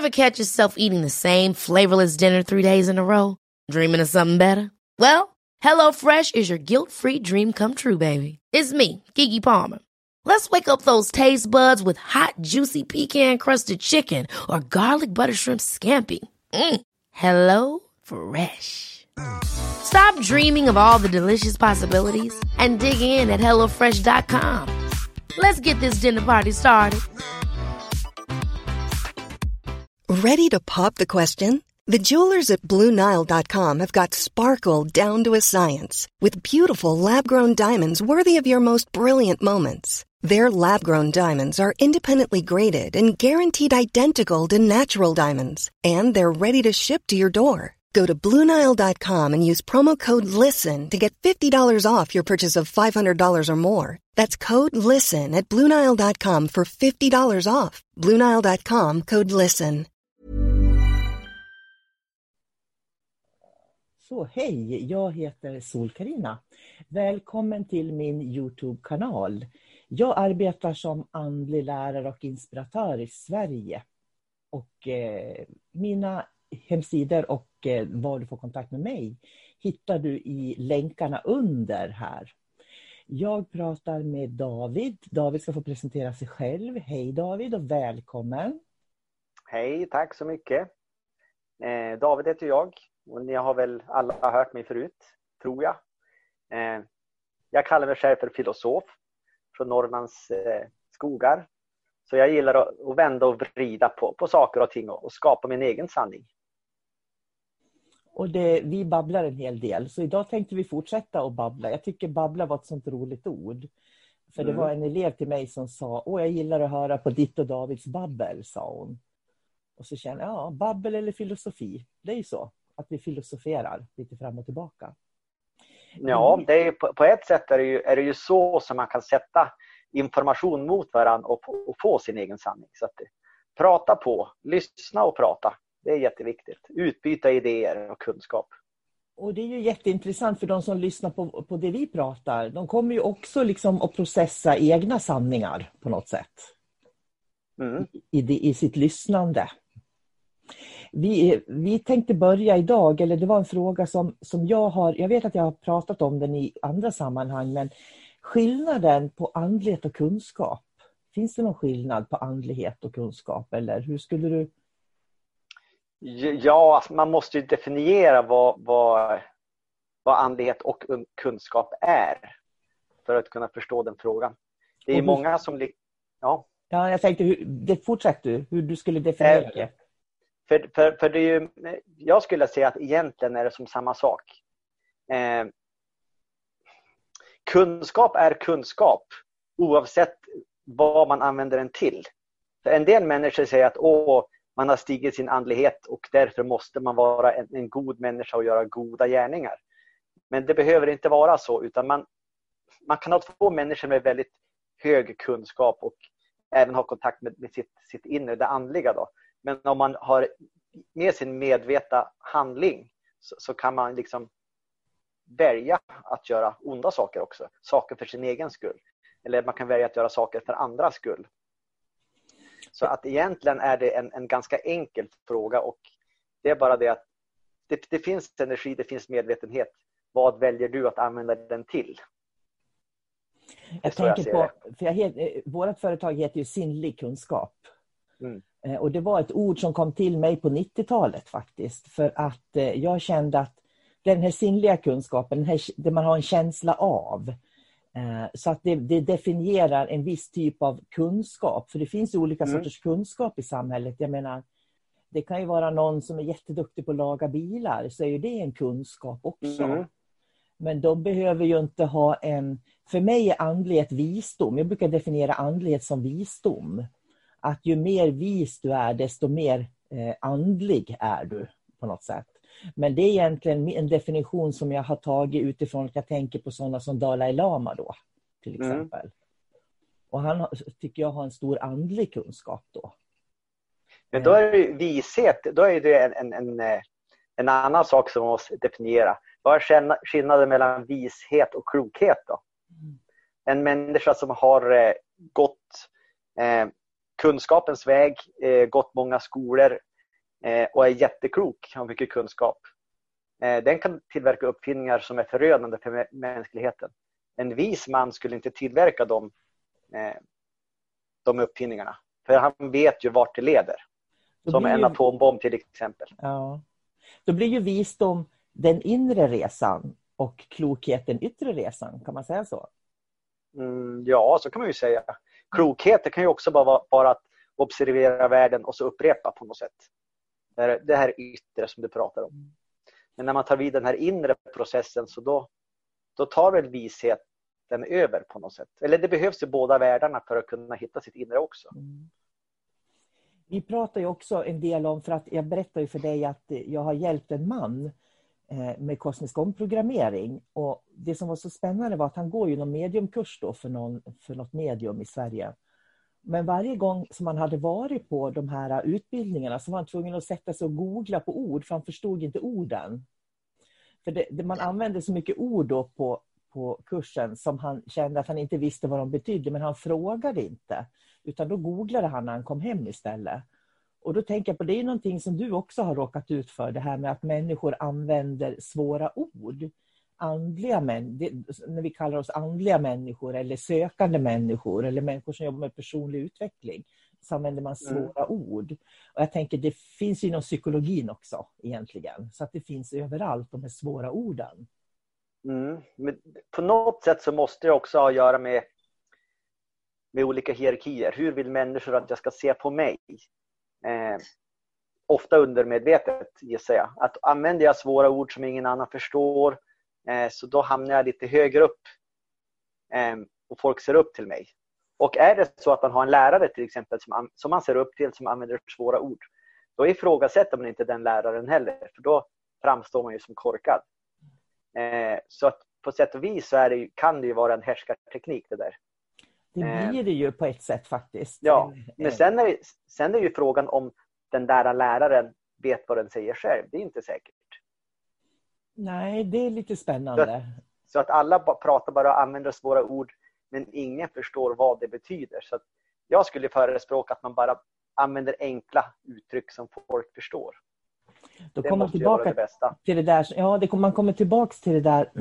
Ever catch yourself eating the same flavorless dinner 3 days in a row? Dreaming of something better? Well, HelloFresh is your guilt-free dream come true, baby. It's me, Keke Palmer. Let's wake up those taste buds with hot, juicy pecan-crusted chicken or garlic butter shrimp scampi. Hello Fresh. Stop dreaming of all the delicious possibilities and dig in at HelloFresh.com. Let's get this dinner party started. Ready to pop the question? The jewelers at BlueNile.com have got sparkle down to a science with beautiful lab-grown diamonds worthy of your most brilliant moments. Their lab-grown diamonds are independently graded and guaranteed identical to natural diamonds, and they're ready to ship to your door. Go to BlueNile.com and use promo code LISTEN to get $50 off your purchase of $500 or more. That's code LISTEN at BlueNile.com for $50 off. BlueNile.com, code LISTEN. Så hej, jag heter Sol-Carina. Välkommen till min YouTube-kanal. Jag arbetar som andlig lärare och inspiratör i Sverige. Och mina hemsidor och var du får kontakt med mig hittar du i länkarna under här. Jag pratar med David. David ska få presentera sig själv. Hej David och välkommen. Hej, tack så mycket. David heter jag. Och ni har väl alla hört mig förut, tror jag. Jag kallar mig själv för filosof från Norrlands skogar. Så jag gillar att vända och vrida på saker och ting och skapa min egen sanning. Och vi babblar en hel del. Så idag tänkte vi fortsätta att babbla. Jag tycker babbla var ett sånt roligt ord. För det var en elev till mig som sa, jag gillar att höra på ditt och Davids babbel, sa hon. Och så känner jag, babbel eller filosofi, det är ju så. Att vi filosoferar lite fram och tillbaka. Ja, det är, på ett sätt är det ju så som man kan sätta information mot varandra och få sin egen sanning. Så att prata på, lyssna och prata. Det är jätteviktigt. Utbyta idéer och kunskap. Och det är ju jätteintressant för de som lyssnar på det vi pratar. De kommer ju också liksom att processa egna sanningar på något sätt. I sitt lyssnande. Vi tänkte börja idag, eller det var en fråga som jag vet att jag har pratat om den i andra sammanhang, men skillnaden på andlighet och kunskap, finns det någon skillnad på andlighet och kunskap, eller hur skulle du? Ja, man måste ju definiera vad andlighet och kunskap är för att kunna förstå den frågan. Det är många som... Ja, jag tänkte, fortsätt du, hur du skulle definiera det. För det är ju, jag skulle säga att egentligen är det som samma sak. Kunskap är kunskap oavsett vad man använder den till. För en del människor säger att man har stigit sin andlighet och därför måste man vara en god människa och göra goda gärningar. Men det behöver inte vara så, utan man kan ha två människor med väldigt hög kunskap och även ha kontakt med sitt inre, det andliga då. Men om man har med sin medvetna handling så kan man liksom välja att göra onda saker också. Saker för sin egen skull. Eller man kan välja att göra saker för andras skull. Så att egentligen är det en ganska enkel fråga. Och det är bara det att det finns energi, det finns medvetenhet. Vad väljer du att använda den till? Jag tänker på, vårt företag heter ju Sinnlig kunskap. Och det var ett ord som kom till mig på 90-talet faktiskt. För att jag kände att den här sinnliga kunskapen, det man har en känsla av. Så att det definierar en viss typ av kunskap. För det finns ju olika sorters kunskap i samhället. Jag menar, det kan ju vara någon som är jätteduktig på att laga bilar. Så är ju det en kunskap också. Men de behöver ju inte ha för mig är andlighet visdom. Jag brukar definiera andlighet som visdom. Att ju mer vis du är, desto mer andlig är du på något sätt. Men det är egentligen en definition som jag har tagit utifrån att jag tänker på sådana som Dalai Lama då, till exempel. Och han tycker jag har en stor andlig kunskap då. Men då är det vishet, då är det en annan sak som man måste definiera. Vad är skillnaden mellan vishet och klokhet då? En människa som har gått kunskapens väg, gått många skolor, och är jätteklok, har mycket kunskap. Den kan tillverka uppfinningar som är förödande för mänskligheten. En vis man skulle inte tillverka de uppfinningarna. För han vet ju vart det leder. Som en atombomb till exempel. Ja. Då blir ju visdom den inre resan och klokhet den yttre resan. Kan man säga så? Ja, så kan man ju säga. Klokhet, det kan ju också vara att observera världen och så upprepa på något sätt. Det här yttre som du pratar om. Men när man tar vid den här inre processen, så då tar väl visheten över på något sätt. Eller det behövs ju båda världarna för att kunna hitta sitt inre också. Vi pratar ju också en del om, för att jag berättar ju för dig att jag har hjälpt en man med kosmisk omprogrammering. Och det som var så spännande var att han går ju någon mediumkurs då för något medium i Sverige. Men varje gång som han hade varit på de här utbildningarna så var han tvungen att sätta sig och googla på ord, för han förstod inte orden. För man använde så mycket ord då på kursen som han kände att han inte visste vad de betydde, men han frågade inte. Utan då googlade han när han kom hem istället. Och då tänker jag på, det är någonting som du också har råkat ut för, det här med att människor använder svåra ord. När vi kallar oss andliga människor eller sökande människor eller människor som jobbar med personlig utveckling, så använder man svåra ord. Och jag tänker, det finns ju inom psykologin också egentligen. Så att det finns överallt, de här svåra orden. Men på något sätt så måste det också ha att göra med olika hierarkier. Hur vill människor att jag ska se på mig? Ofta undermedvetet, gissar jag. Att använder jag svåra ord som ingen annan förstår, så då hamnar jag lite högre upp och folk ser upp till mig. Och är det så att man har en lärare till exempel som man ser upp till, som använder svåra ord, då ifrågasätter man inte den läraren heller, för då framstår man ju som korkad. Så att på sätt och vis så kan det ju vara en härskarteknik det där. Det blir det ju på ett sätt faktiskt. Ja, men sen är ju frågan om den där läraren vet vad den säger själv. Det är inte säkert. Nej, det är lite spännande. Så att alla pratar bara och använder svåra ord, men ingen förstår vad det betyder. Så att jag skulle förespråka att man bara använder enkla uttryck som folk förstår. Då kommer man tillbaka till det där. Ja, man kommer tillbaka till det där.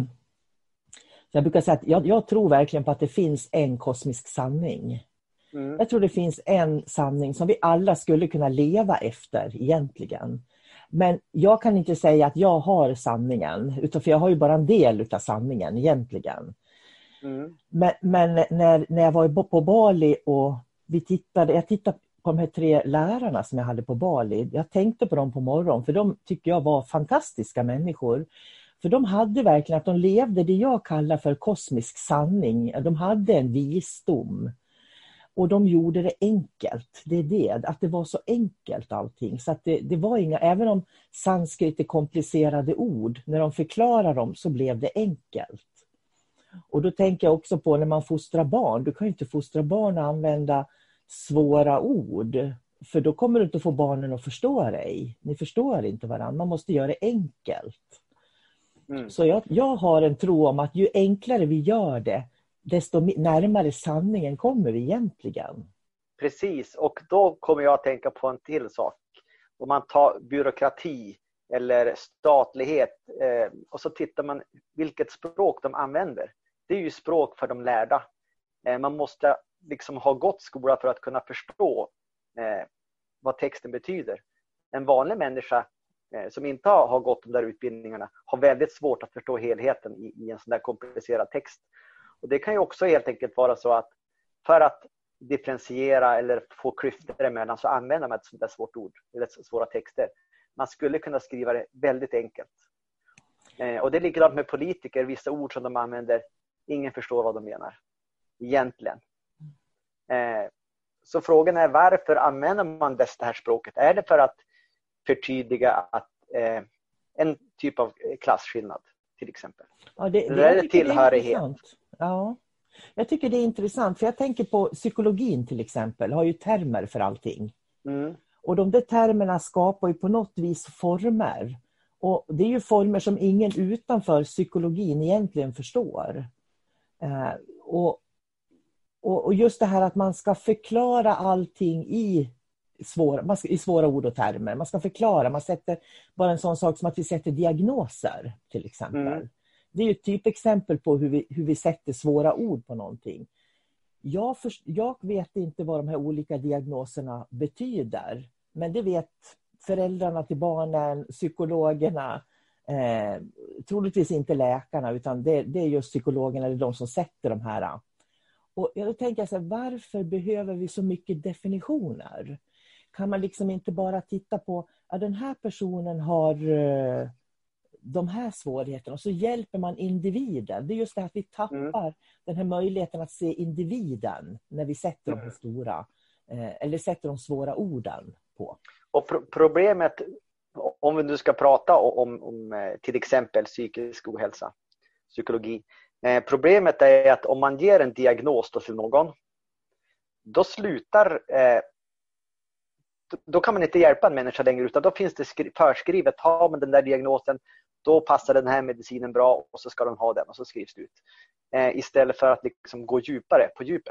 Jag brukar säga att jag tror verkligen på att det finns en kosmisk sanning. Jag tror det finns en sanning som vi alla skulle kunna leva efter egentligen. Men jag kan inte säga att jag har sanningen, utan för jag har ju bara en del av sanningen egentligen. Men när jag var på Bali och jag tittade på de här 3 lärarna som jag hade på Bali. Jag tänkte på dem på morgonen, för de tycker jag var fantastiska människor. För de hade verkligen att de levde det jag kallar för kosmisk sanning. De hade en visdom. Och de gjorde det enkelt. Det är det. Att det var så enkelt allting. Så att det var inga, även om sanskrit är komplicerade ord, när de förklarar dem så blev det enkelt. Och då tänker jag också på när man fostrar barn. Du kan ju inte fostra barn och använda svåra ord. För då kommer du inte få barnen att förstå dig. Ni förstår inte varandra. Man måste göra det enkelt. Så jag har en tro om att ju enklare vi gör det, desto närmare sanningen kommer vi egentligen. Precis, och då kommer jag att tänka på en till sak. Om man tar byråkrati eller statlighet och så tittar man vilket språk de använder. Det är ju språk för de lärda. Man måste liksom ha gått skola för att kunna förstå vad texten betyder. En vanlig människa som inte har gått de där utbildningarna har väldigt svårt att förstå helheten i en sån där komplicerad text. Och det kan ju också helt enkelt vara så att för att differentiera eller få klyftor emellan så använder man ett sånt där svårt ord eller svåra texter. Man skulle kunna skriva det väldigt enkelt. Och det är likadant med politiker. Vissa ord som de använder, ingen förstår vad de menar egentligen. Så frågan är, varför använder man det här språket? Är det för att förtydliga att en typ av klasskillnad till exempel? Ja, det är tillhörighet. Ja. Jag tycker det är intressant, för jag tänker på psykologin till exempel, har ju termer för allting. Och de där termerna skapar ju på något vis former. Och det är ju former som ingen utanför psykologin egentligen förstår. Och just det här att man ska förklara allting i i svåra ord och termer. Man ska förklara, man sätter bara en sån sak som att vi sätter diagnoser till exempel. Det är ju ett typexempel på hur vi sätter svåra ord på någonting. Jag vet inte vad de här olika diagnoserna betyder, men det vet föräldrarna till barnen, psykologerna, troligtvis inte läkarna, utan det är just psykologerna eller de som sätter de här. Och jag tänker så här, varför behöver vi så mycket definitioner? Kan man liksom inte bara titta på att den här personen har de här svårigheterna och så hjälper man individen. Det är just det att vi tappar den här möjligheten att se individen när vi sätter de stora eller sätter de svåra orden på. Och problemet, om vi nu ska prata om till exempel psykisk ohälsa, psykologi. Problemet är att om man ger en diagnos till någon, då slutar då kan man inte hjälpa en människa längre, utan då finns det förskrivet, har man den där diagnosen, då passar den här medicinen bra och så ska de ha den och så skrivs det ut. Istället för att liksom gå djupare på djupet.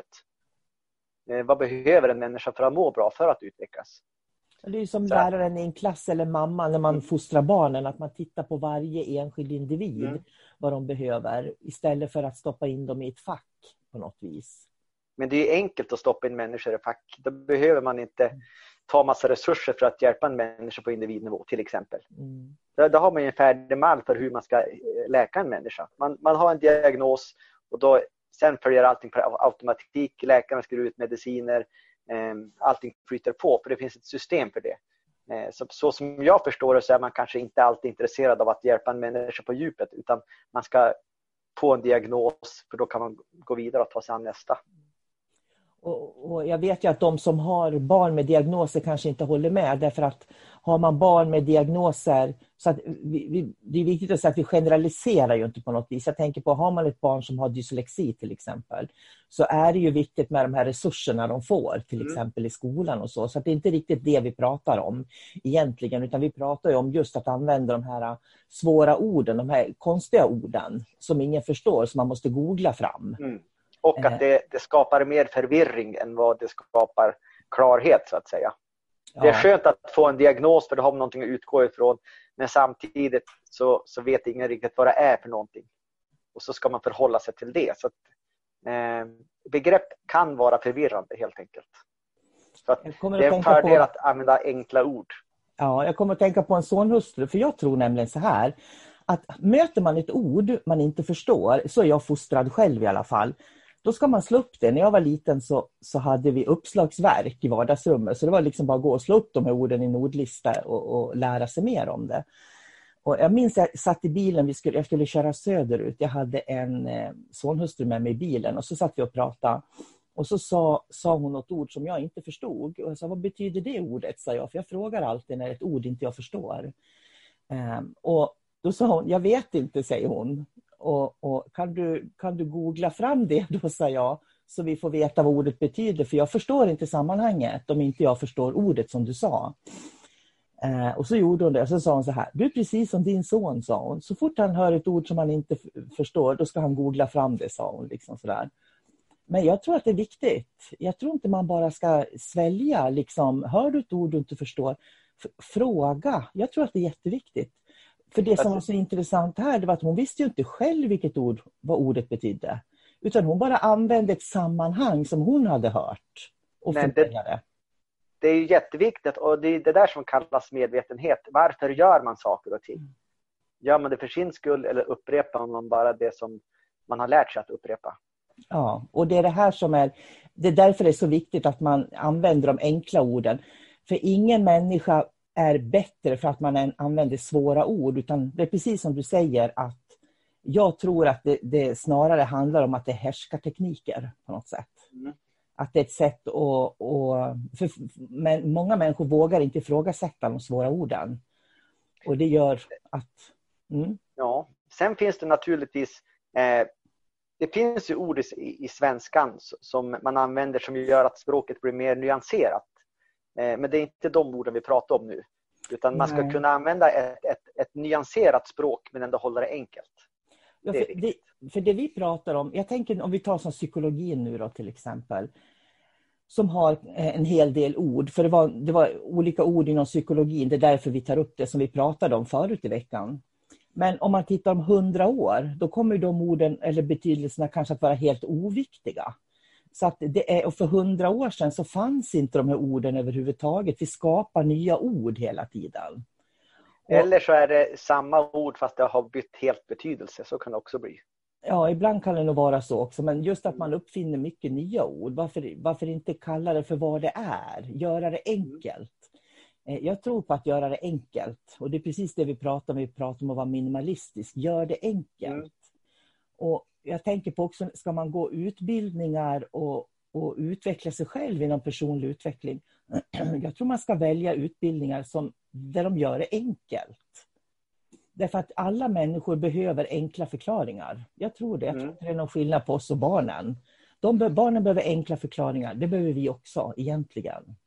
Vad behöver en människa för att må bra, för att utvecklas? Det är ju som läraren i en klass eller mamma när man fostrar barnen, att man tittar på varje enskild individ, vad de behöver, istället för att stoppa in dem i ett fack på något vis. Men det är enkelt att stoppa in människor i fack. Då behöver man inte ta massa resurser för att hjälpa en människa på individnivå till exempel. Då har man ju en färdig mall för hur man ska läka en människa. Man har en diagnos och då sen följer allting på automatik. Läkarna skriver ut mediciner. Allting flyter på, för det finns ett system för det. Så som jag förstår det så är man kanske inte alltid intresserad av att hjälpa en människa på djupet, utan man ska få en diagnos, för då kan man gå vidare och ta sig an nästa. Och jag vet ju att de som har barn med diagnoser kanske inte håller med, därför att har man barn med diagnoser, så att det är viktigt att säga att vi generaliserar ju inte på något vis. Jag tänker på, har man ett barn som har dyslexi till exempel, så är det ju viktigt med de här resurserna de får till exempel i skolan och så. Så att det är inte riktigt det vi pratar om egentligen, utan vi pratar ju om just att använda de här svåra orden, de här konstiga orden som ingen förstår, som man måste googla fram. Och att det skapar mer förvirring än vad det skapar klarhet, så att säga. Det är skönt att få en diagnos, för då har man någonting att utgå ifrån. Men samtidigt så vet ingen riktigt vad det är för någonting. Och så ska man förhålla sig till det. Så att, begrepp kan vara förvirrande helt enkelt. Så att det är en fördel att använda enkla ord. Ja, jag kommer att tänka på en sonhustru. För jag tror nämligen så här, att möter man ett ord man inte förstår, så är jag fostrad själv i alla fall, då ska man slå upp det. När jag var liten så hade vi uppslagsverk i vardagsrummet. Så det var liksom bara att gå och slå upp de här orden i en ordlista och lära sig mer om det. Och jag minns jag satt i bilen, jag skulle köra söderut. Jag hade en sonhustru med mig i bilen och så satt vi och pratade. Och så sa hon något ord som jag inte förstod. Och jag sa, vad betyder det ordet? Sa jag, för jag frågar alltid när ett ord inte jag förstår. Och då sa hon, jag vet inte, säger hon. Och kan du googla fram det då, sa jag, så vi får veta vad ordet betyder, för jag förstår inte sammanhanget om inte jag förstår ordet som du sa. Och så gjorde hon det, och så sa hon så här, du är precis som din son, sa hon. Så fort han hör ett ord som han inte förstår, då ska han googla fram det, sa hon liksom sådär. Men jag tror att det är viktigt. Jag tror inte man bara ska svälja liksom, hör du ett ord du inte förstår, fråga. Jag tror att det är jätteviktigt. För det som var så intressant här, det var att hon visste ju inte själv vad ordet betydde. Utan hon bara använde ett sammanhang som hon hade hört. Och det är ju jätteviktigt, och det är det där som kallas medvetenhet. Varför gör man saker och ting? Gör man det för sin skull, eller upprepar man bara det som man har lärt sig att upprepa? Ja, och det är det här som det är därför det är så viktigt att man använder de enkla orden. För ingen människa är bättre för att man använder svåra ord, utan det är precis som du säger, att jag tror att det snarare handlar om att det är härskartekniker på något sätt. Att det är ett sätt men många människor vågar inte ifrågasätta de svåra orden. Och det gör att... Ja, sen finns det naturligtvis... det finns ju ord i svenskan som man använder som gör att språket blir mer nyanserat. Men det är inte de orden vi pratar om nu. Utan man ska kunna använda ett nyanserat språk, men ändå hålla det enkelt. Ja, för det vi pratar om, jag tänker om vi tar som psykologin nu då till exempel. som har en hel del ord. För det var olika ord inom psykologin. Det är därför vi tar upp det som vi pratade om förut i veckan. Men om man tittar om 100 år, då kommer de orden eller betydelserna kanske att vara helt oviktiga. Så att och för 100 år sedan så fanns inte de här orden överhuvudtaget. Vi skapar nya ord hela tiden. Eller så är det samma ord fast det har bytt helt betydelse. Så kan det också bli. Ja, ibland kan det nog vara så också. Men just att man uppfinner mycket nya ord. Varför inte kalla det för vad det är? Göra det enkelt. Jag tror på att göra det enkelt. Och det är precis det vi pratar om. Vi pratar om att vara minimalistisk. Gör det enkelt. Och jag tänker på också, ska man gå utbildningar och utveckla sig själv inom personlig utveckling. Jag tror man ska välja utbildningar där de gör det enkelt. Därför att alla människor behöver enkla förklaringar. Jag tror det. Jag tror att det är någon skillnad på oss och barnen. Barnen behöver enkla förklaringar. Det behöver vi också egentligen.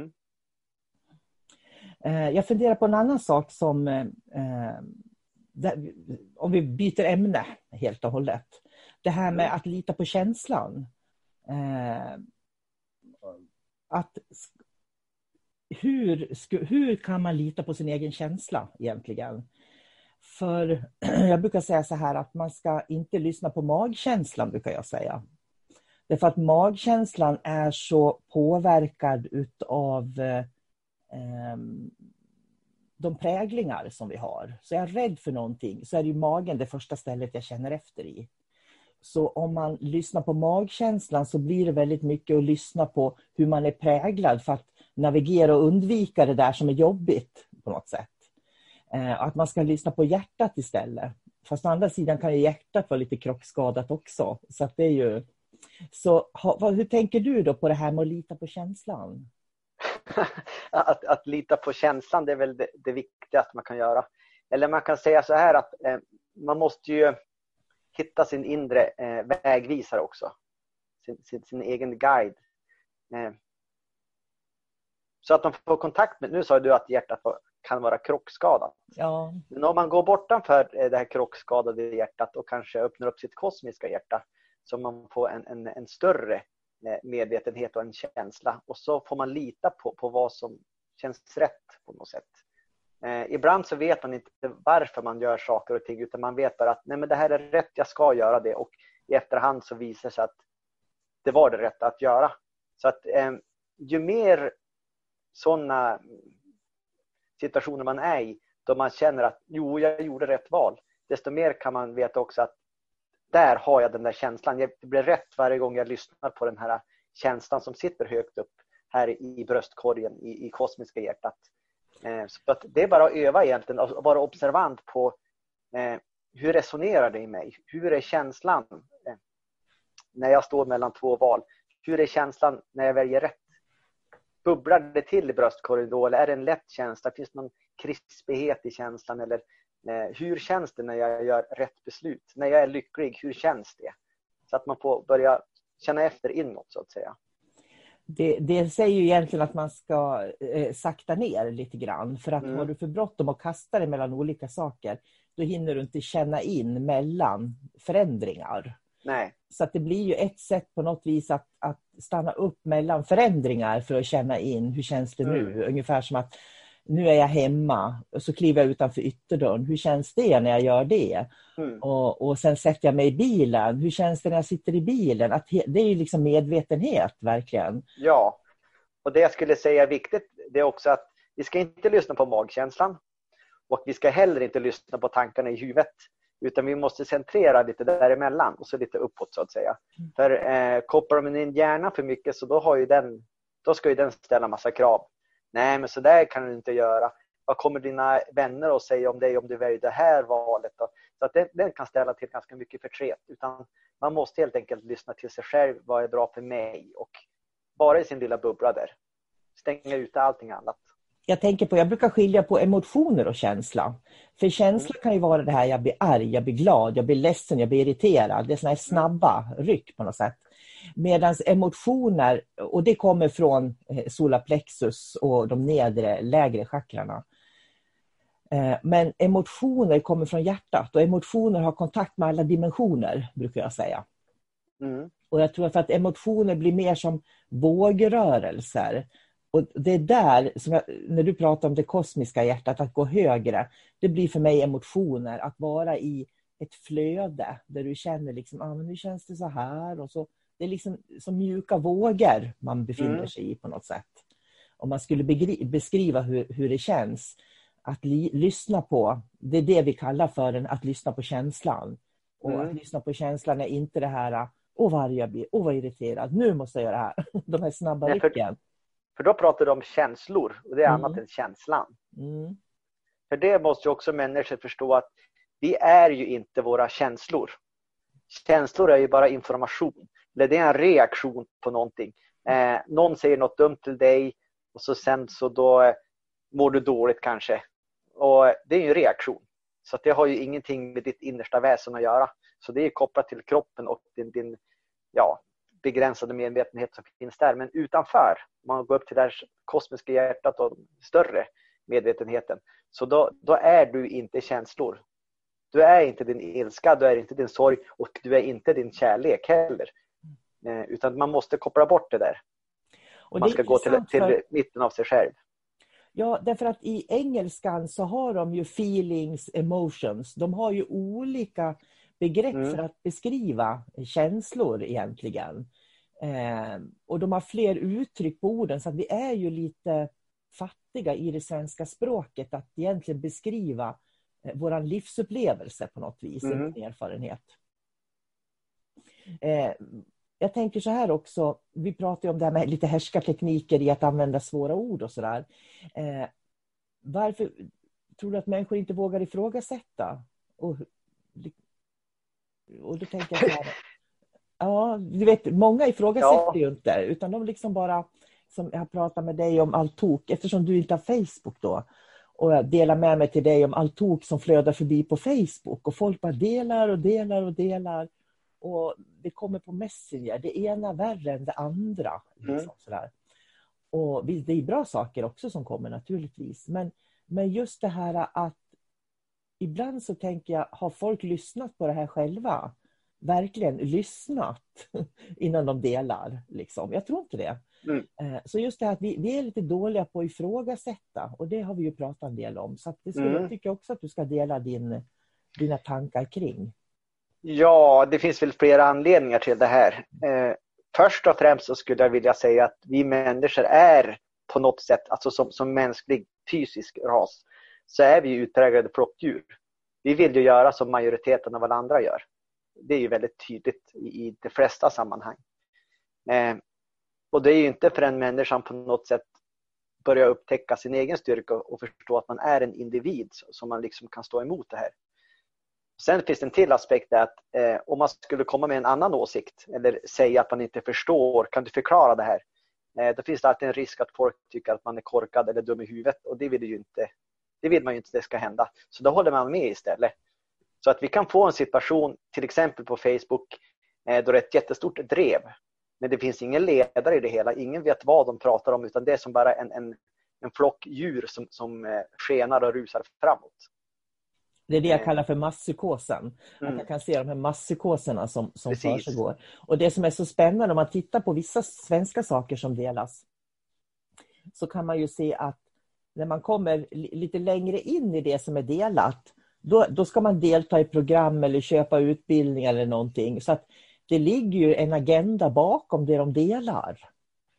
Jag funderar på en annan sak som... om vi byter ämne helt och hållet. Det här med att lita på känslan. Hur kan man lita på sin egen känsla egentligen? För jag brukar säga så här att man ska inte lyssna på magkänslan, brukar jag säga. Därför att magkänslan är så påverkad utav de präglingar som vi har. Så är jag rädd för någonting så är det ju magen det första stället jag känner efter i. Så om man lyssnar på magkänslan så blir det väldigt mycket att lyssna på hur man är präglad för att navigera och undvika det där som är jobbigt på något sätt. Att man ska lyssna på hjärtat istället. Fast å andra sidan kan ju hjärtat vara lite krockskadat också. Så att det är ju... Så hur tänker du då på det här med att lita på känslan? Att lita på känslan, det är väl det viktigaste man kan göra. Eller man kan säga så här att man måste ju hitta sin inre vägvisare också. Sin egen guide. Så att de får kontakt med... Nu sa du att hjärtat kan vara krockskadat. Ja. Men om man går bortanför det här krockskadade hjärtat och kanske öppnar upp sitt kosmiska hjärta så man får en större medvetenhet och en känsla. Och så får man lita på vad som känns rätt på något sätt. Ibland så vet man inte varför man gör saker och ting utan man vet bara att nej, men det här är rätt, jag ska göra det. Och i efterhand så visar sig att det var det rätta att göra. Så att ju mer sådana situationer man är i då man känner att jo, jag gjorde rätt val. Desto mer kan man veta också att där har jag den där känslan. Det blir rätt varje gång jag lyssnar på den här känslan som sitter högt upp här i bröstkorgen, i kosmiska hjärtat. Så att det är bara att öva egentligen och vara observant på hur resonerar det i mig? Hur är känslan när jag står mellan två val? Hur är känslan när jag väljer rätt? Bubblar det till i bröstkorgen då? Eller är det en lätt känsla? Finns det någon krispighet i känslan? Eller hur känns det när jag gör rätt beslut? När jag är lycklig, hur känns det? Så att man får börja känna efter inåt så att säga. Det säger ju egentligen att man ska sakta ner lite grann. För att har du för bråttom och kastar dig mellan olika saker, då hinner du inte känna in mellan förändringar. Nej. Så att det blir ju ett sätt på något vis att stanna upp mellan förändringar för att känna in hur känns det nu. Ungefär som att nu är jag hemma och så kliver jag utanför ytterdörren. Hur känns det när jag gör det? Och sen sätter jag mig i bilen. Hur känns det när jag sitter i bilen? Att det är ju liksom medvetenhet, verkligen. Ja, och det jag skulle säga är viktigt, det är också att vi ska inte lyssna på magkänslan. Och vi ska heller inte lyssna på tankarna i huvudet. Utan vi måste centrera lite däremellan och så lite uppåt så att säga. För kopplar man in hjärnan för mycket så då ska ju den ställa massa krav. Nej, men så där kan du inte göra. Vad kommer dina vänner att säga om dig om du väljer det här valet då? Så att den kan ställa till ganska mycket förtret. Utan man måste helt enkelt lyssna till sig själv. Vad är bra för mig? Och bara i sin lilla bubbla där. Stänga ut allting annat. Jag brukar skilja på emotioner och känsla. För känsla kan ju vara det här, jag blir arg, jag blir glad, jag blir ledsen, jag blir irriterad. Det är såna här snabba ryck på något sätt. Medan emotioner, och det kommer från solarplexus och de lägre chakrarna. Men emotioner kommer från hjärtat och emotioner har kontakt med alla dimensioner, brukar jag säga. Och jag tror att emotioner blir mer som vågrörelser. Och det är där, som när du pratar om det kosmiska hjärtat, att gå högre. Det blir för mig emotioner, att vara i ett flöde där du känner liksom, men nu känns det så här. Och så. Det är liksom som mjuka vågor man befinner sig i på något sätt. Om man skulle beskriva hur det känns att lyssna på, det är det vi kallar för att lyssna på känslan. Och att lyssna på känslan är inte det här, vad arg jag blir, vad irriterad, nu måste jag göra det här. De här snabba rycken. För då pratar du om känslor, och det är annat än känslan. För det måste ju också människor förstå, att vi är ju inte våra känslor. Känslor är ju bara information. Eller det är en reaktion på någonting. Någon säger något dumt till dig, och sen så då mår du dåligt kanske. Och det är ju en reaktion. Så att det har ju ingenting med ditt innersta väsen att göra. Så det är kopplat till kroppen och din begränsade medvetenhet som finns där. Men utanför, man går upp till det här kosmiska hjärtat och större medvetenheten. Så då är du inte känslor. Du är inte din ilska, du är inte din sorg, och du är inte din kärlek heller. Utan man måste koppla bort det där. Och man ska gå till mitten av sig själv. Ja, därför att i engelskan så har de ju feelings, emotions. De har ju olika begrepp för att beskriva känslor egentligen. Och de har fler uttryck på orden, så att vi är ju lite fattiga i det svenska språket att egentligen beskriva våran livsupplevelse på något vis, en erfarenhet. Jag tänker så här också, vi pratar ju om det här med lite härskartekniker i att använda svåra ord och sådär. Varför tror du att människor inte vågar ifrågasätta? Och då tänker jag så här, ja, du vet, många ifrågasätter ju inte, utan de liksom bara, som jag pratar med dig om allt tok, eftersom du inte har Facebook då, och jag delar med mig till dig om allt tok som flödar förbi på Facebook, och folk bara delar och delar och delar. Och det kommer på Messenger, det ena värre än det andra. Liksom, sådär. Och det är bra saker också som kommer naturligtvis. Men just det här att ibland så tänker jag, har folk lyssnat på det här själva? Verkligen lyssnat innan de delar? Liksom. Jag tror inte det. Så just det här att vi är lite dåliga på att ifrågasätta. Och det har vi ju pratat en del om. Så att det skulle jag tycka också att du ska dela dina tankar kring. Ja, det finns väl flera anledningar till det här. Först och främst så skulle jag vilja säga att vi människor är på något sätt, alltså som mänsklig fysisk ras, så är vi utpräglade flockdjur. Vi vill ju göra som majoriteten av alla andra gör. Det är ju väldigt tydligt i de flesta sammanhang. Och det är ju inte för en människa på något sätt börja upptäcka sin egen styrka och förstå att man är en individ som man liksom kan stå emot det här. Sen finns det en till aspekt att om man skulle komma med en annan åsikt eller säga att man inte förstår, kan du förklara det här? Då finns det alltid en risk att folk tycker att man är korkad eller dum i huvudet, och det vill man ju inte det ska hända. Så då håller man med istället. Så att vi kan få en situation, till exempel på Facebook, då det är ett jättestort drev. Men det finns ingen ledare i det hela. Ingen vet vad de pratar om, utan det är som bara en flock djur som skenar och rusar framåt. Det är det jag kallar för masspsykosen. Att jag kan se de här masspsykoserna som försiggår. Och det som är så spännande om man tittar på vissa svenska saker som delas, så kan man ju se att när man kommer lite längre in i det som är delat, då ska man delta i program eller köpa utbildning eller någonting. Så att det ligger ju en agenda bakom det de delar.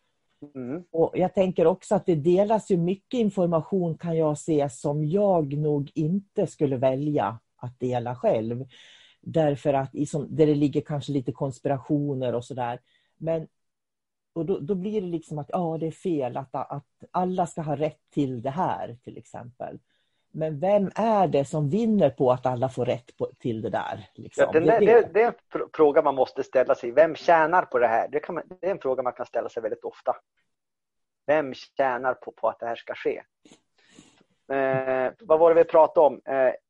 Och jag tänker också att det delas ju mycket information, kan jag se, som jag nog inte skulle välja att dela själv. Därför att där det ligger kanske lite konspirationer och sådär. Men och då blir det liksom att det är fel att alla ska ha rätt till det här till exempel. Men vem är det som vinner på att alla får rätt till det där? Liksom? Ja, det är en fråga man måste ställa sig. Vem tjänar på det här? Det är en fråga man kan ställa sig väldigt ofta. Vem tjänar på att det här ska ske? Vad var det vi pratade om?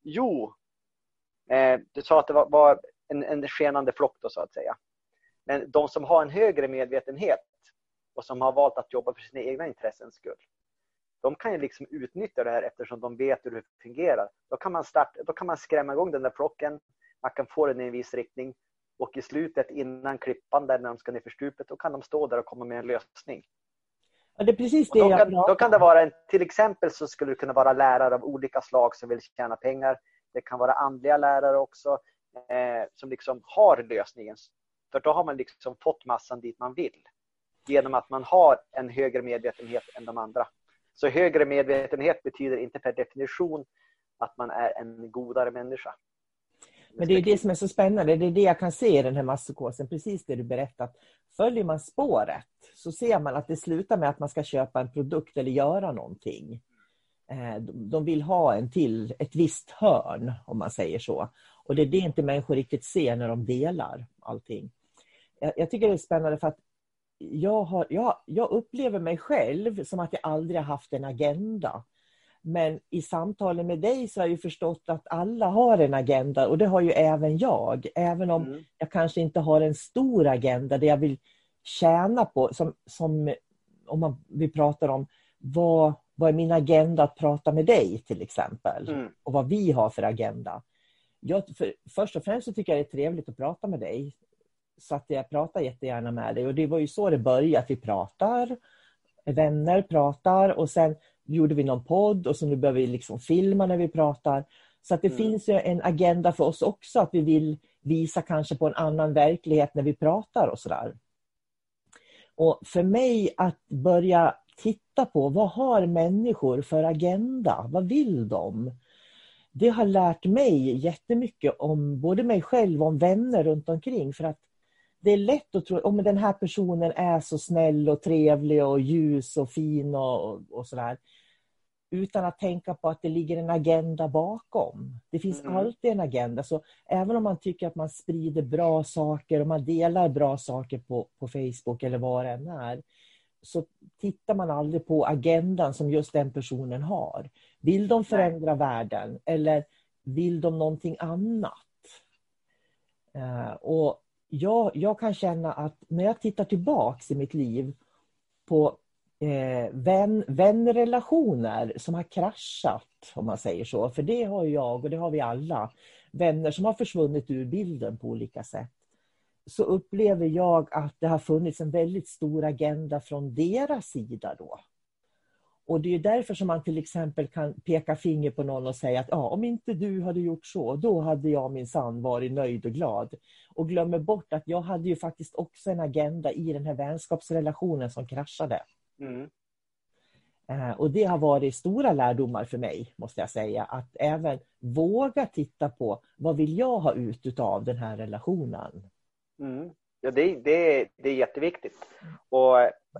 Du sa att det var en skenande flock då, så att säga. Men de som har en högre medvetenhet och som har valt att jobba för sina egna intressens skull, de kan ju liksom utnyttja det här eftersom de vet hur det fungerar. Då kan man skrämma igång den där flocken. Man kan få den i en viss riktning. Och i slutet innan klippan där när de ska ner för stupet, då kan de stå där och komma med en lösning. Ja, det är precis det då kan det vara till exempel så skulle det kunna vara lärare av olika slag som vill tjäna pengar. Det kan vara andliga lärare också som liksom har lösningen. För då har man liksom fått massan dit man vill. Genom att man har en högre medvetenhet än de andra. Så högre medvetenhet betyder inte per definition att man är en godare människa. Men det är det som är så spännande. Det är det jag kan se i den här masspsykosen. Precis det du berättat. Följer man spåret så ser man att det slutar med att man ska köpa en produkt eller göra någonting. De vill ha ett visst hörn, om man säger så. Och det är det inte människor riktigt ser när de delar allting. Jag tycker det är spännande för att jag upplever mig själv som att jag aldrig har haft en agenda. Men i samtalen med dig så har jag ju förstått att alla har en agenda. Och det har ju även jag. Även om jag kanske inte har en stor agenda där jag vill tjäna på. Som om vi pratar om vad är min agenda att prata med dig till exempel. Och vad vi har för agenda. Först och främst så tycker jag det är trevligt att prata med dig. Så att jag pratar jättegärna med dig. Och det var ju så det började. Att vi pratar. Vänner pratar. Och sen gjorde vi någon podd. Och så nu börjar vi liksom filma när vi pratar. Så att det finns ju en agenda för oss också. Att vi vill visa kanske på en annan verklighet när vi pratar och sådär. Och för mig att börja titta på. Vad har människor för agenda? Vad vill de? Det har lärt mig jättemycket om både mig själv och om vänner runt omkring. För att det är lätt att tro att den här personen är så snäll och trevlig och ljus och fin och sådär. Utan att tänka på att det ligger en agenda bakom. Det finns alltid en agenda. Så även om man tycker att man sprider bra saker och man delar bra saker på Facebook eller vad det än är. Så tittar man aldrig på agendan som just den personen har. Vill de förändra världen eller vill de någonting annat? Och jag kan känna att när jag tittar tillbaks i mitt liv på vänrelationer som har kraschat, om man säger så. För det har jag och det har vi alla. Vänner som har försvunnit ur bilden på olika sätt. Så upplever jag att det har funnits en väldigt stor agenda från deras sida då. Och det är därför som man till exempel kan peka finger på någon och säga att om inte du hade gjort så, då hade jag minsann varit nöjd och glad. Och glömmer bort att jag hade ju faktiskt också en agenda i den här vänskapsrelationen som kraschade. Och det har varit stora lärdomar för mig, måste jag säga. Att även våga titta på vad vill jag ha ut av den här relationen. Ja, det är jätteviktigt. Och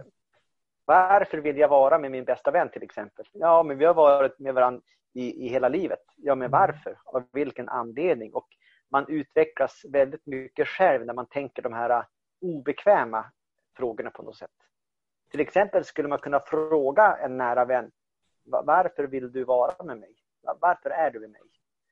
varför vill jag vara med min bästa vän till exempel? Ja, men vi har varit med varandra i hela livet. Ja, men varför? Av vilken anledning? Och man utvecklas väldigt mycket själv när man tänker de här obekväma frågorna på något sätt. Till exempel skulle man kunna fråga en nära vän: varför vill du vara med mig? Varför är du med mig?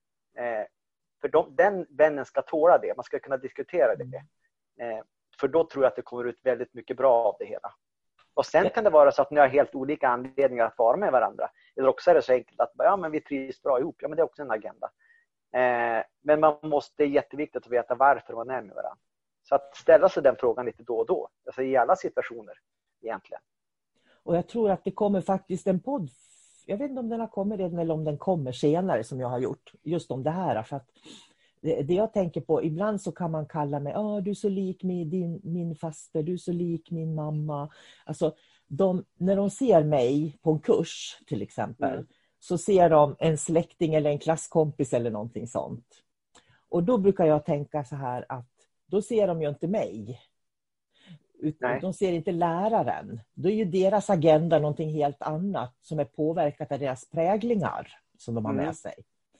För den vännen ska tåla det. Man ska kunna diskutera det. För då tror jag att det kommer ut väldigt mycket bra av det hela. Och sen kan det vara så att ni har helt olika anledningar att vara med varandra. Eller också är det så enkelt att men vi trivs bra ihop. Ja, men det är också en agenda. Men det är jätteviktigt att veta varför man är med varandra. Så att ställa sig den frågan lite då och då. Alltså i alla situationer egentligen. Och jag tror att det kommer faktiskt en podd. Jag vet inte om den har kommit redan eller om den kommer senare som jag har gjort. Just om det här. För att det jag tänker på, ibland så kan man kalla mig, du är så lik min faster, du är så lik min mamma. Alltså, när de ser mig på en kurs till exempel, så ser de en släkting eller en klasskompis eller någonting sånt. Och då brukar jag tänka så här att, då ser de ju inte mig. Utan de ser inte läraren. Då är ju deras agenda någonting helt annat som är påverkat av deras präglingar som de har med sig.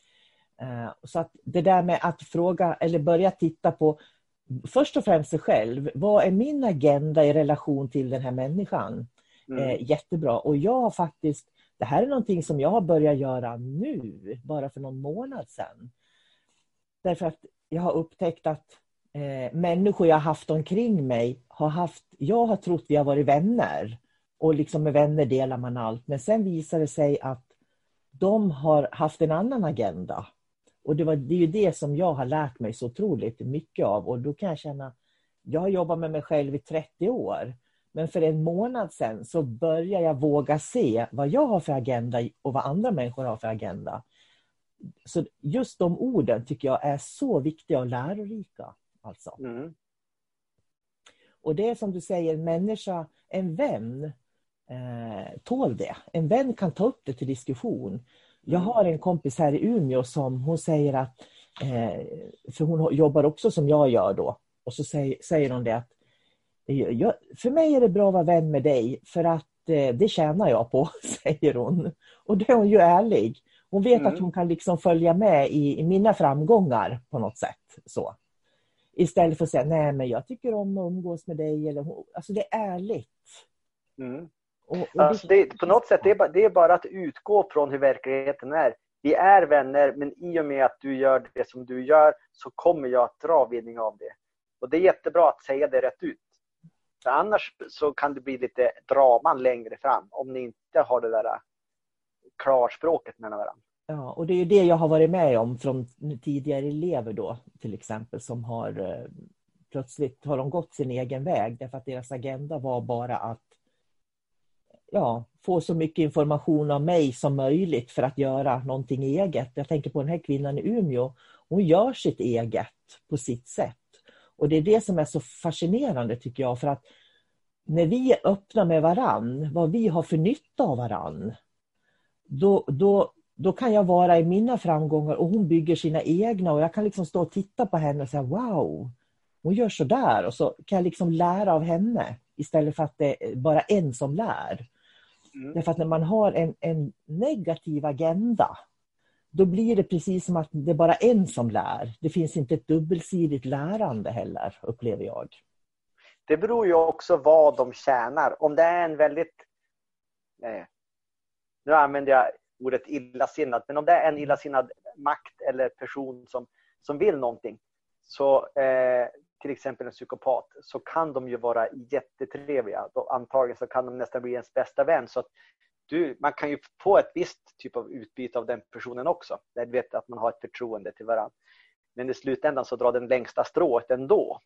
Så att det där med att fråga eller börja titta på först och främst sig själv. Vad är min agenda i relation till den här människan? Jättebra. Och jag har faktiskt, det här är någonting som jag har börjat göra nu, bara för någon månad sedan. Därför att jag har upptäckt att människor jag har haft omkring mig jag har trott vi har varit vänner. Och liksom med vänner delar man allt. Men sen visar det sig att de har haft en annan agenda. Och det är ju det som jag har lärt mig så otroligt mycket av. Och då kan jag känna, jag har jobbat med mig själv i 30 år. Men för en månad sedan så börjar jag våga se vad jag har för agenda och vad andra människor har för agenda. Så just de orden tycker jag är så viktiga och lärorika. Alltså. Mm. Och det är som du säger, en vän tål det. En vän kan ta upp det till diskussion. Jag har en kompis här i Umeå som hon säger att, för hon jobbar också som jag gör då. Och så säger hon det att för mig är det bra att vara vän med dig för att det tjänar jag på, säger hon. Och då är hon ju ärlig. Hon vet att hon kan liksom följa med i mina framgångar på något sätt. Så. Istället för att säga, nej men jag tycker om att umgås med dig. Alltså det är ärligt. Mm. Alltså på något sätt, det är bara att utgå från hur verkligheten är. Vi är vänner, men i och med att du gör det som du gör så kommer jag att dra vinning av det. Och det är jättebra att säga det rätt ut. För annars så kan det bli lite draman längre fram om ni inte har det där klarspråket mellan varandra. Ja, och det är ju det jag har varit med om från tidigare elever då, till exempel, som har plötsligt har de gått sin egen väg därför att deras agenda var bara att få så mycket information av mig som möjligt för att göra någonting eget. Jag tänker på den här kvinnan i Umeå. Hon gör sitt eget på sitt sätt. Och det är det som är så fascinerande tycker jag. För att när vi är öppna med varann, vad vi har för nytta av varann, då kan jag vara i mina framgångar och hon bygger sina egna. Och jag kan liksom stå och titta på henne och säga, wow, hon gör så där. Och så kan jag liksom lära av henne istället för att det är bara en som lär. Därför att när man har en negativ agenda, då blir det precis som att det är bara en som lär. Det finns inte ett dubbelsidigt lärande heller, upplever jag. Det beror ju också vad de tjänar. Om det är en väldigt, nu använder jag ordet illasinnad, men om det är en illasinnad makt eller person som vill någonting, så till exempel en psykopat, så kan de ju vara jättetrevliga. Då, antagligen så kan de nästan bli ens bästa vän. Så att man kan ju få ett visst typ av utbyte av den personen också. Jag vet att man har ett förtroende till varandra. Men i slutändan så drar den längsta strået ändå.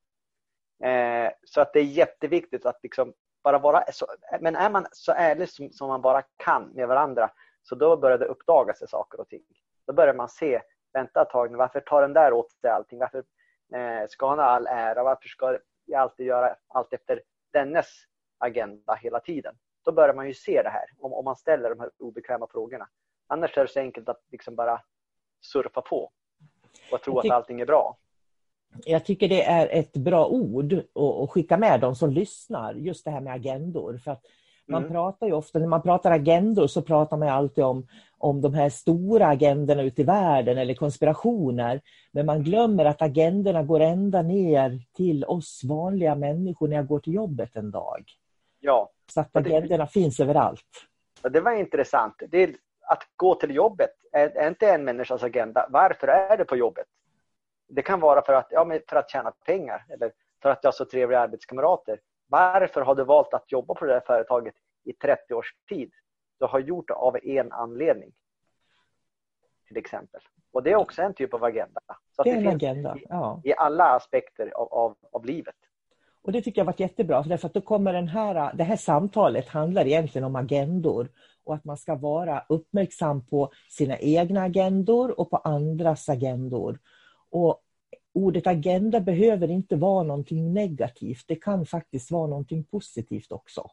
Så att det är jätteviktigt att liksom bara vara så. Men är man så ärlig som man bara kan med varandra, så då börjar det uppdaga sig saker och ting. Då börjar man se, vänta ett tag, varför tar den där åt sig allting? Varför ska han ha all ära? Varför ska jag alltid göra allt efter dennes agenda hela tiden? Då börjar man ju se det här, om man ställer de här obekväma frågorna. Annars är det så enkelt att liksom bara surfa på och tro att allting är bra. Jag tycker det är ett bra ord att skicka med de som lyssnar, just det här med agendor. För att man pratar ju ofta, när man pratar agendor så pratar man alltid om de här stora agendorna ute i världen eller konspirationer. Men man glömmer att agendorna går ända ner till oss vanliga människor när jag går till jobbet en dag. Ja. Så att agendorna finns överallt. Ja, det var intressant. Det är att gå till jobbet är inte en människas agenda. Varför är det på jobbet? Det kan vara för att tjäna pengar eller för att jag har så trevliga arbetskamrater. Varför har du valt att jobba på det här företaget i 30 års tid? Du har gjort det av en anledning. Till exempel. Och det är också en typ av agenda. Så att det finns agenda, i alla aspekter av livet. Och det tycker jag har varit jättebra. För att då kommer det här samtalet handlar egentligen om agendor. Och att man ska vara uppmärksam på sina egna agendor och på andras agendor. Och ordet agenda behöver inte vara någonting negativt. Det kan faktiskt vara någonting positivt också.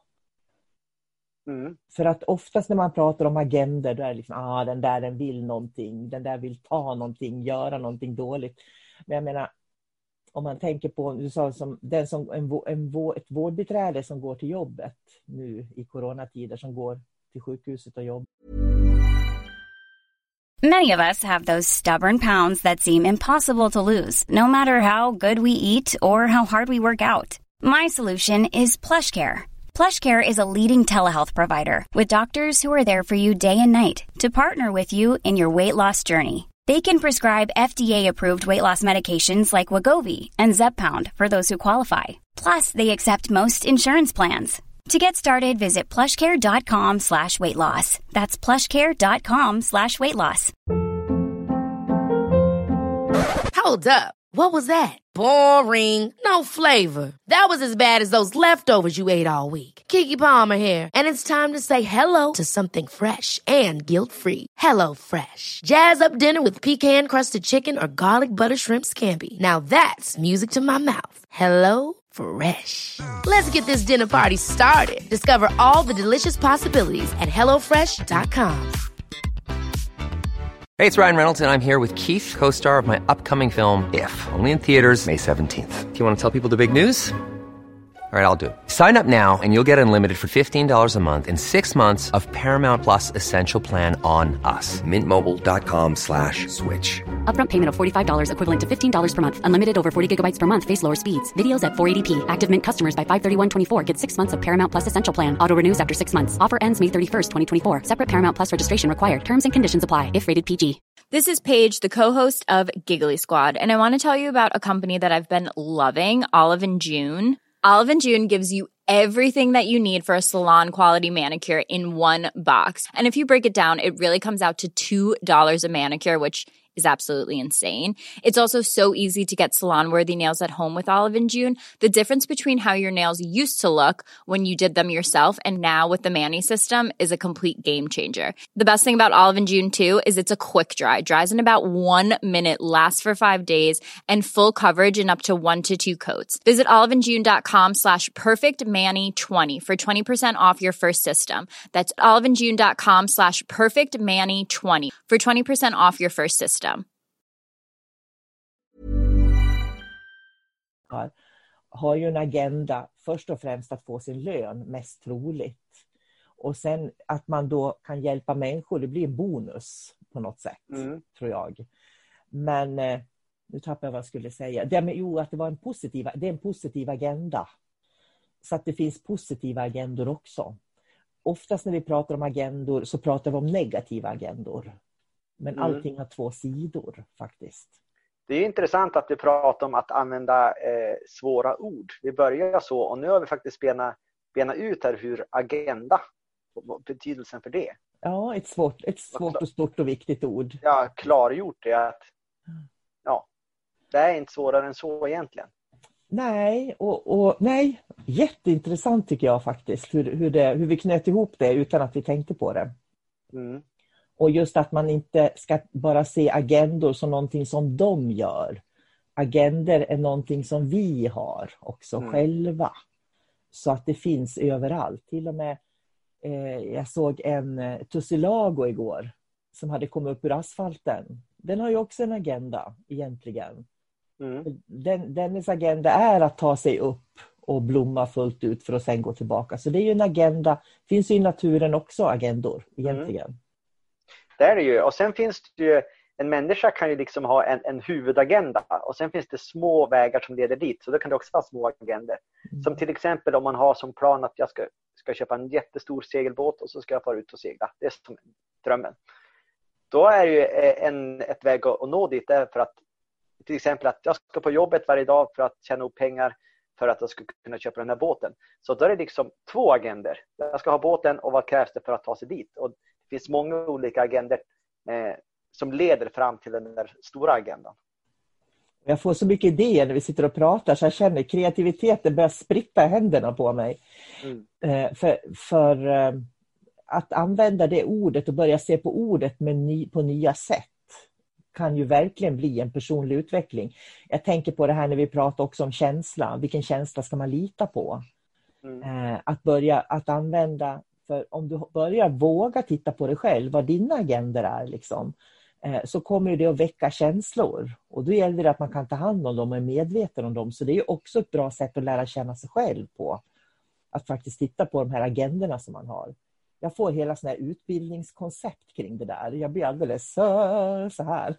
För att oftast när man pratar om agender, då är det liksom, den där den vill någonting. Den där vill ta någonting, göra någonting dåligt. Men jag menar, om man tänker på, du sa som ett vårdbiträde som går till jobbet nu i coronatider, som går till sjukhuset och jobbar. Many of us have those stubborn pounds that seem impossible to lose, no matter how good we eat or how hard we work out. My solution is PlushCare. PlushCare is a leading telehealth provider with doctors who are there for you day and night to partner with you in your weight loss journey. They can prescribe FDA-approved weight loss medications like Wegovy and Zepbound for those who qualify. Plus, they accept most insurance plans. To get started, visit plushcare.com/weightloss. That's plushcare.com/weightloss. Hold up. What was that? Boring. No flavor. That was as bad as those leftovers you ate all week. Keke Palmer here, and it's time to say hello to something fresh and guilt-free. Hello Fresh. Jazz up dinner with pecan-crusted chicken or garlic butter shrimp scampi. Now that's music to my mouth. Hello Fresh. Let's get this dinner party started. Discover all the delicious possibilities at hellofresh.com. Hey, it's Ryan Reynolds, and I'm here with Keith, co-star of my upcoming film, If, only in theaters May 17th. Do you want to tell people the big news? All right, I'll do it. Sign up now and you'll get unlimited for $15 a month and 6 months of Paramount Plus Essential Plan on us. MintMobile.com/switch. Upfront payment of $45 equivalent to $15 per month. Unlimited over 40 gigabytes per month. Face lower speeds. Videos at 480p. Active Mint customers by 531.24 get 6 months of Paramount Plus Essential Plan. Auto renews after 6 months. Offer ends May 31st, 2024. Separate Paramount Plus registration required. Terms and conditions apply if rated PG. This is Paige, the co-host of Giggly Squad, and I want to tell you about a company that I've been loving, Olive & June. Olive & June gives you everything that you need for a salon-quality manicure in one box. And if you break it down, it really comes out to $2 a manicure, which is absolutely insane. It's also so easy to get salon-worthy nails at home with Olive & June. The difference between how your nails used to look when you did them yourself and now with the Mani system is a complete game changer. The best thing about Olive & June, too, is it's a quick dry. Dries in about 1 minute, lasts for 5 days, and full coverage in up to 1 to 2 coats. Visit oliveandjune.com/perfectmani20 for 20% off your first system. That's oliveandjune.com/perfectmani20 for 20% off your first system. Har ju en agenda först och främst att få sin lön, mest troligt. Och sen att man då kan hjälpa människor, det blir en bonus på något sätt, tror jag. Men nu tappar jag vad jag skulle säga. Det var det är en positiv agenda. Så att det finns positiva agendor också. Oftast när vi pratar om agendor så pratar vi om negativa agendor. Men allting har 2 sidor faktiskt. Det är intressant att du pratar om att använda svåra ord. Vi börjar så och nu har vi faktiskt bena ut här hur agenda, betydelsen för det. Ja, ett svårt och stort och viktigt ord. Ja, klargjort det att det är inte svårare än så egentligen. Nej, nej, jätteintressant tycker jag faktiskt. Hur vi knöt ihop det utan att vi tänkte på det. Mm. Och just att man inte ska bara se agendor som någonting som de gör. Agender är någonting som vi har också själva. Så att det finns överallt. Till och med, jag såg en tussilago igår som hade kommit upp ur asfalten. Den har ju också en agenda egentligen. Dennes agenda är att ta sig upp och blomma fullt ut för att sen gå tillbaka. Så det är ju en agenda. Finns ju i naturen också agendor egentligen. Det är det ju. Och sen finns det ju, en människa kan ju liksom ha en huvudagenda. Och sen finns det små vägar som leder dit. Så då kan det också vara små agender. Som till exempel om man har som plan att jag ska köpa en jättestor segelbåt och så ska jag fara ut och segla. Det är som drömmen. Då är det ju ett väg att nå dit. För att till exempel att jag ska på jobbet varje dag för att tjäna upp pengar för att jag ska kunna köpa den här båten. Så då är det liksom 2 agender. Jag ska ha båten och vad krävs det för att ta sig dit. Och det finns många olika agender som leder fram till den där stora agendan. Jag får så mycket idéer när vi sitter och pratar så jag känner kreativiteten börjar spritta i händerna på mig. För att använda det ordet och börja se på ordet på nya sätt kan ju verkligen bli en personlig utveckling. Jag tänker på det här när vi pratar också om känsla. Vilken känsla ska man lita på? Att använda, för om du börjar våga titta på dig själv, vad dina agender är liksom, så kommer det att väcka känslor. Och då gäller det att man kan ta hand om dem och är medveten om dem. Så det är också ett bra sätt att lära känna sig själv på. Att faktiskt titta på de här agenderna som man har. Jag får hela sån här utbildningskoncept kring det där. Jag blir alldeles så här.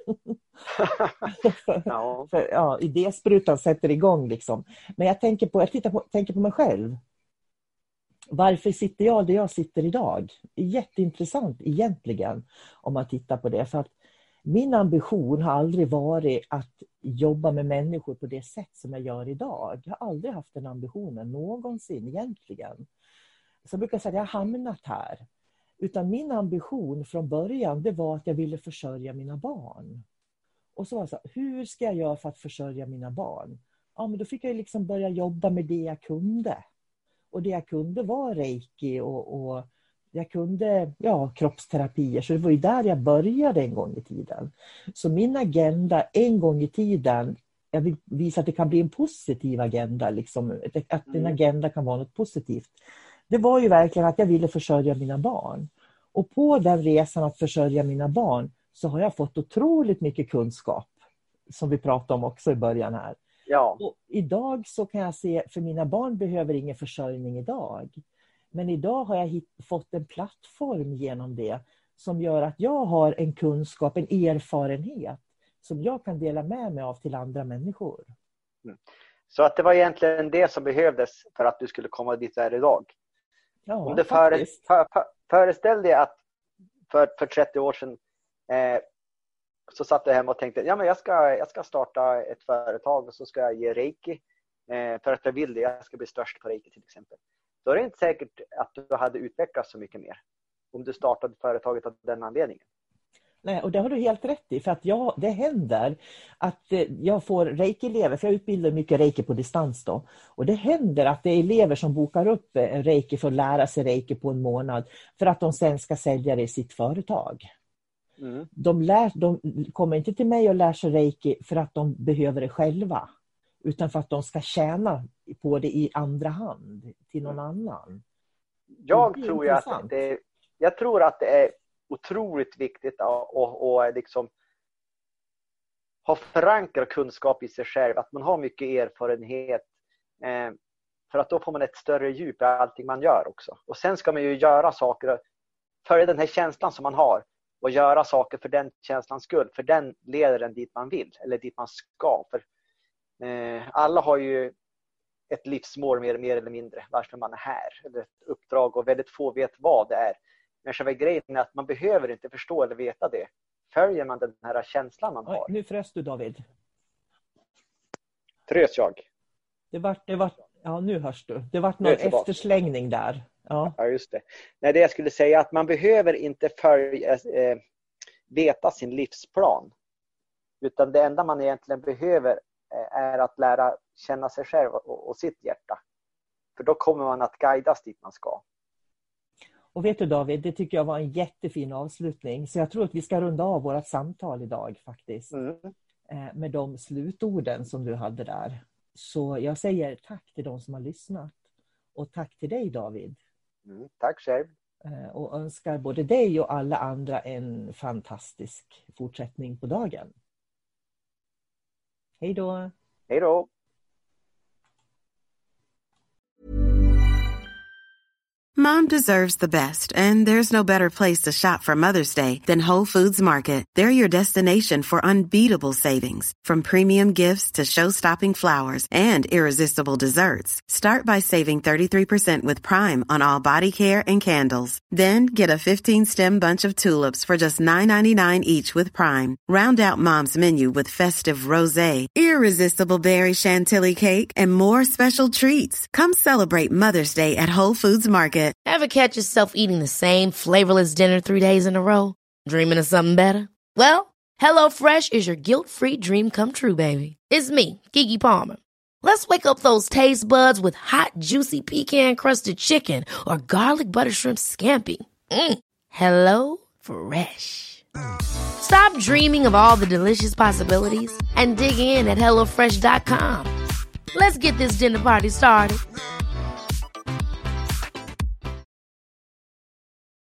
Idésprutan sätter igång liksom. Men jag tänker på mig själv. Varför sitter jag där jag sitter idag? Jätteintressant egentligen om man tittar på det. För att min ambition har aldrig varit att jobba med människor på det sätt som jag gör idag. Jag har aldrig haft den ambitionen någonsin egentligen. Så jag brukar säga att jag har hamnat här. Utan min ambition från början det var att jag ville försörja mina barn. Och så var det så, hur ska jag göra för att försörja mina barn? Ja, men då fick jag liksom börja jobba med det jag kunde. Och det jag kunde var reiki och jag kunde kroppsterapier. Så det var ju där jag började en gång i tiden. Så min agenda en gång i tiden, jag vill visa att det kan bli en positiv agenda. Liksom, att en agenda kan vara något positivt. Det var ju verkligen att jag ville försörja mina barn. Och på den resan att försörja mina barn så har jag fått otroligt mycket kunskap. Som vi pratade om också i början här. Ja. Och idag så kan jag se, för mina barn behöver ingen försörjning idag. Men idag har jag fått en plattform genom det som gör att jag har en kunskap, en erfarenhet som jag kan dela med mig av till andra människor. Mm. Så att det var egentligen det som behövdes för att du skulle komma dit där idag. Ja, om du föreställ dig att för 30 år sedan så satt jag hemma och tänkte men jag ska starta ett företag och så ska jag ge reiki för att jag vill det. Jag ska bli störst på reiki till exempel. Då är det inte säkert att du hade utvecklats så mycket mer om du startade företaget av den anledningen. Nej, och det har du helt rätt i, för att det händer att jag får reiki-elever, för jag utbildar mycket reiki på distans då. Och det händer att det är elever som bokar upp reiki för att lära sig reiki på en månad för att de sen ska sälja det i sitt företag. Mm. De kommer inte till mig och lär sig reiki för att de behöver det själva, utan för att de ska tjäna på det i andra hand till någon annan. Jag tror att det är otroligt viktigt att liksom ha förankrat kunskap i sig själv, att man har mycket erfarenhet, för att då får man ett större djup i allting man gör också. Och sen ska man ju göra saker för den här känslan som man har och göra saker för den känslans skull, för den leder den dit man vill eller dit man ska. För alla har ju ett livsmål mer eller mindre, varför man är här, eller ett uppdrag, och väldigt få vet vad det är. Men själva grejen är att man behöver inte förstå eller veta det. Följer man den här känslan man har. Nu frös du, David. Frös jag? Ja, nu hörs du. Det var någon efterslängning där. Ja, just det. Nej, det jag skulle säga att man behöver inte veta sin livsplan. Utan det enda man egentligen behöver är att lära känna sig själv och sitt hjärta. För då kommer man att guidas dit man ska. Och vet du, David, det tycker jag var en jättefin avslutning. Så jag tror att vi ska runda av vårt samtal idag faktiskt. Med de slutorden som du hade där. Så jag säger tack till de som har lyssnat. Och tack till dig, David. Tack själv. Och önskar både dig och alla andra en fantastisk fortsättning på dagen. Hej då. Hej då. Mom deserves the best, and there's no better place to shop for Mother's Day than Whole Foods Market. They're your destination for unbeatable savings, from premium gifts to show-stopping flowers and irresistible desserts. Start by saving 33% with Prime on all body care and candles. Then get a 15-stem bunch of tulips for just $9.99 each with Prime. Round out Mom's menu with festive rosé, irresistible berry chantilly cake, and more special treats. Come celebrate Mother's Day at Whole Foods Market. Ever catch yourself eating the same flavorless dinner 3 days in a row? Dreaming of something better? Well, HelloFresh is your guilt-free dream come true, baby. It's me, Keke Palmer. Let's wake up those taste buds with hot, juicy pecan-crusted chicken or garlic butter shrimp scampi. Hello Fresh. Stop dreaming of all the delicious possibilities and dig in at HelloFresh.com. Let's get this dinner party started.